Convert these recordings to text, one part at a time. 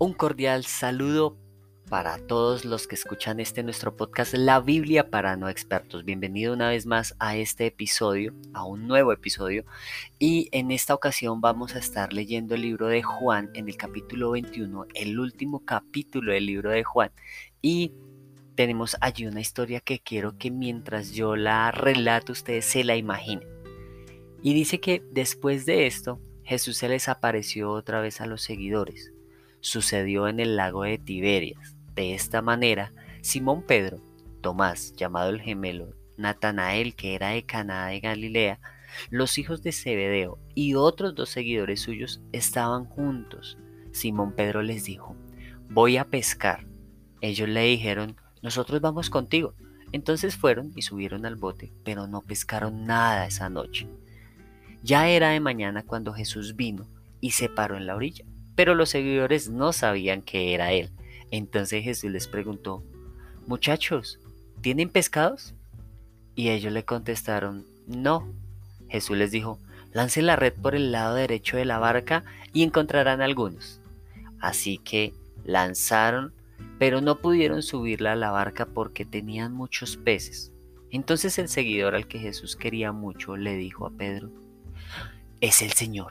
Un cordial saludo para todos los que escuchan nuestro podcast La Biblia para no expertos. Bienvenido una vez más a este episodio, a un nuevo episodio. Y en esta ocasión vamos a estar leyendo el libro de Juan en el capítulo 21, el último capítulo del libro de Juan. Y tenemos allí una historia que quiero que mientras yo la relato ustedes se la imaginen. Y dice que después de esto, Jesús se les apareció otra vez a los seguidores. Sucedió en el lago de Tiberias. De esta manera, Simón Pedro, Tomás, llamado el gemelo, Natanael, que era de Caná de Galilea, los hijos de Zebedeo y otros dos seguidores suyos estaban juntos. Simón Pedro les dijo: voy a pescar. Ellos le dijeron: nosotros vamos contigo. Entonces fueron y subieron al bote, pero no pescaron nada esa noche. Ya era de mañana cuando Jesús vino y se paró en la orilla, pero los seguidores no sabían que era él. Entonces Jesús les preguntó: muchachos, ¿tienen pescados? Y ellos le contestaron: no. Jesús les dijo: lancen la red por el lado derecho de la barca y encontrarán algunos. Así que lanzaron, pero no pudieron subirla a la barca porque tenían muchos peces. Entonces el seguidor al que Jesús quería mucho le dijo a Pedro: es el Señor.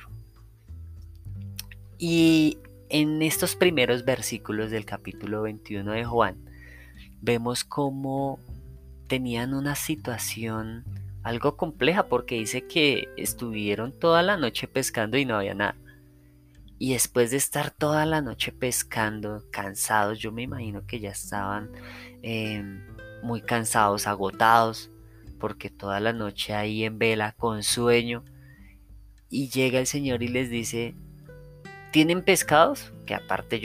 Y en estos primeros versículos del capítulo 21 de Juan, vemos cómo tenían una situación algo compleja, porque dice que estuvieron toda la noche pescando y no había nada. Y después de estar toda la noche pescando, cansados, yo me imagino que ya estaban eh, muy cansados, agotados, porque toda la noche ahí en vela, con sueño, y llega el Señor y les dice: ¿tienen pescados? Que aparte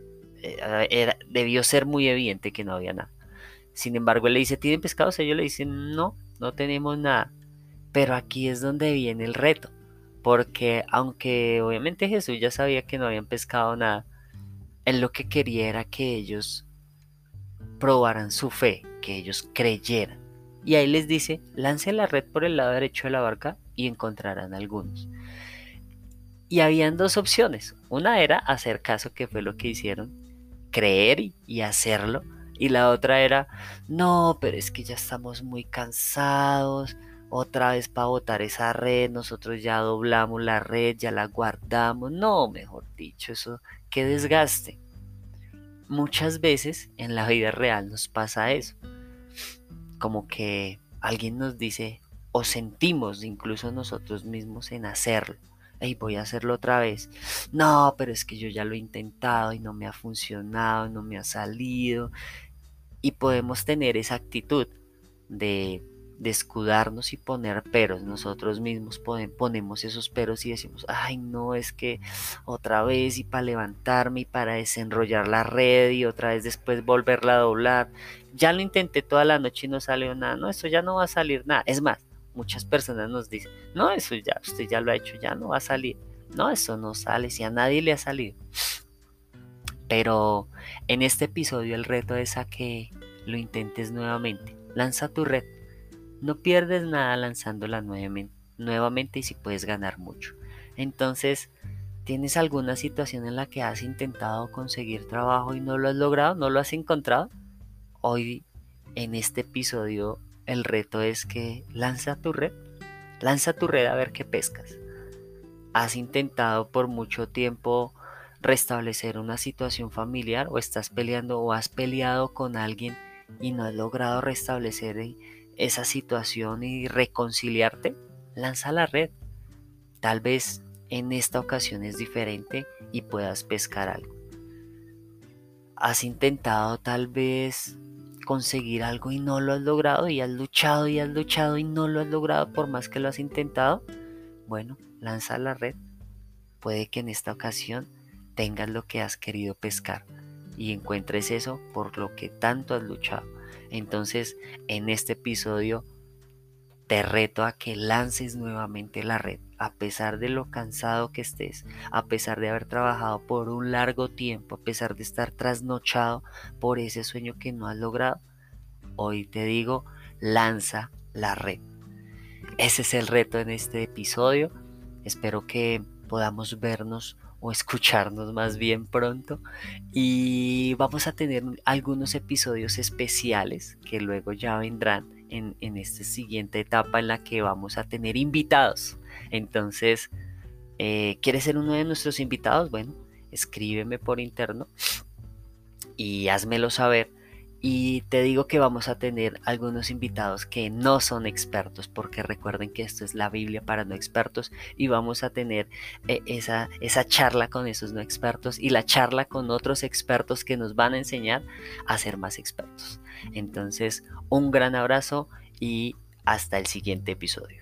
debió ser muy evidente que no había nada. Sin embargo, él le dice: ¿tienen pescados? Ellos le dicen: no, no tenemos nada. Pero aquí es donde viene el reto, porque aunque obviamente Jesús ya sabía que no habían pescado nada, él lo que quería era que ellos probaran su fe, que ellos creyeran. Y ahí les dice: lancen la red por el lado derecho de la barca y encontrarán algunos. Y habían dos opciones. Una era hacer caso, que fue lo que hicieron, creer y hacerlo. Y la otra era: no, pero es que ya estamos muy cansados, otra vez para botar esa red, nosotros ya doblamos la red, ya la guardamos. No, mejor dicho, eso, qué desgaste. Muchas veces en la vida real nos pasa eso, como que alguien nos dice o sentimos incluso nosotros mismos en hacerlo. Hey, voy a hacerlo otra vez. No, pero es que yo ya lo he intentado y no me ha funcionado, no me ha salido. Y podemos tener esa actitud de escudarnos y poner peros. Nosotros mismos ponemos esos peros y decimos: ay, no, es que otra vez, y para levantarme y para desenrollar la red y otra vez después volverla a doblar. Ya lo intenté toda la noche y no salió nada. No, eso ya no va a salir nada. Es más, muchas personas nos dicen: no, eso ya, usted ya lo ha hecho, ya no va a salir. No, eso no sale, si a nadie le ha salido. Pero en este episodio el reto es a que lo intentes nuevamente. Lanza tu red. No pierdes nada lanzándola nuevamente, y si puedes ganar mucho. Entonces, ¿tienes alguna situación en la que has intentado conseguir trabajo y no lo has logrado, no lo has encontrado? Hoy, en este episodio, el reto es que lanza tu red a ver qué pescas. ¿Has intentado por mucho tiempo restablecer una situación familiar, o estás peleando o has peleado con alguien y no has logrado restablecer esa situación y reconciliarte? Lanza la red. Tal vez en esta ocasión es diferente y puedas pescar algo. ¿Has intentado tal vez conseguir algo y no lo has logrado, y has luchado y has luchado y no lo has logrado por más que lo has intentado? Bueno, lanza la red. Puede que en esta ocasión tengas lo que has querido pescar y encuentres eso por lo que tanto has luchado. Entonces, en este episodio te reto a que lances nuevamente la red, a pesar de lo cansado que estés, a pesar de haber trabajado por un largo tiempo, a pesar de estar trasnochado por ese sueño que no has logrado. Hoy te digo: lanza la red. Ese es el reto en este episodio. Espero que podamos vernos o escucharnos más bien pronto. Y vamos a tener algunos episodios especiales que luego ya vendrán en esta siguiente etapa en la que vamos a tener invitados. Entonces, ¿quieres ser uno de nuestros invitados? Bueno, escríbeme por interno y házmelo saber. Y te digo que vamos a tener algunos invitados que no son expertos, porque recuerden que esto es la Biblia para no expertos, y vamos a tener esa charla con esos no expertos y la charla con otros expertos que nos van a enseñar a ser más expertos. Entonces, un gran abrazo y hasta el siguiente episodio.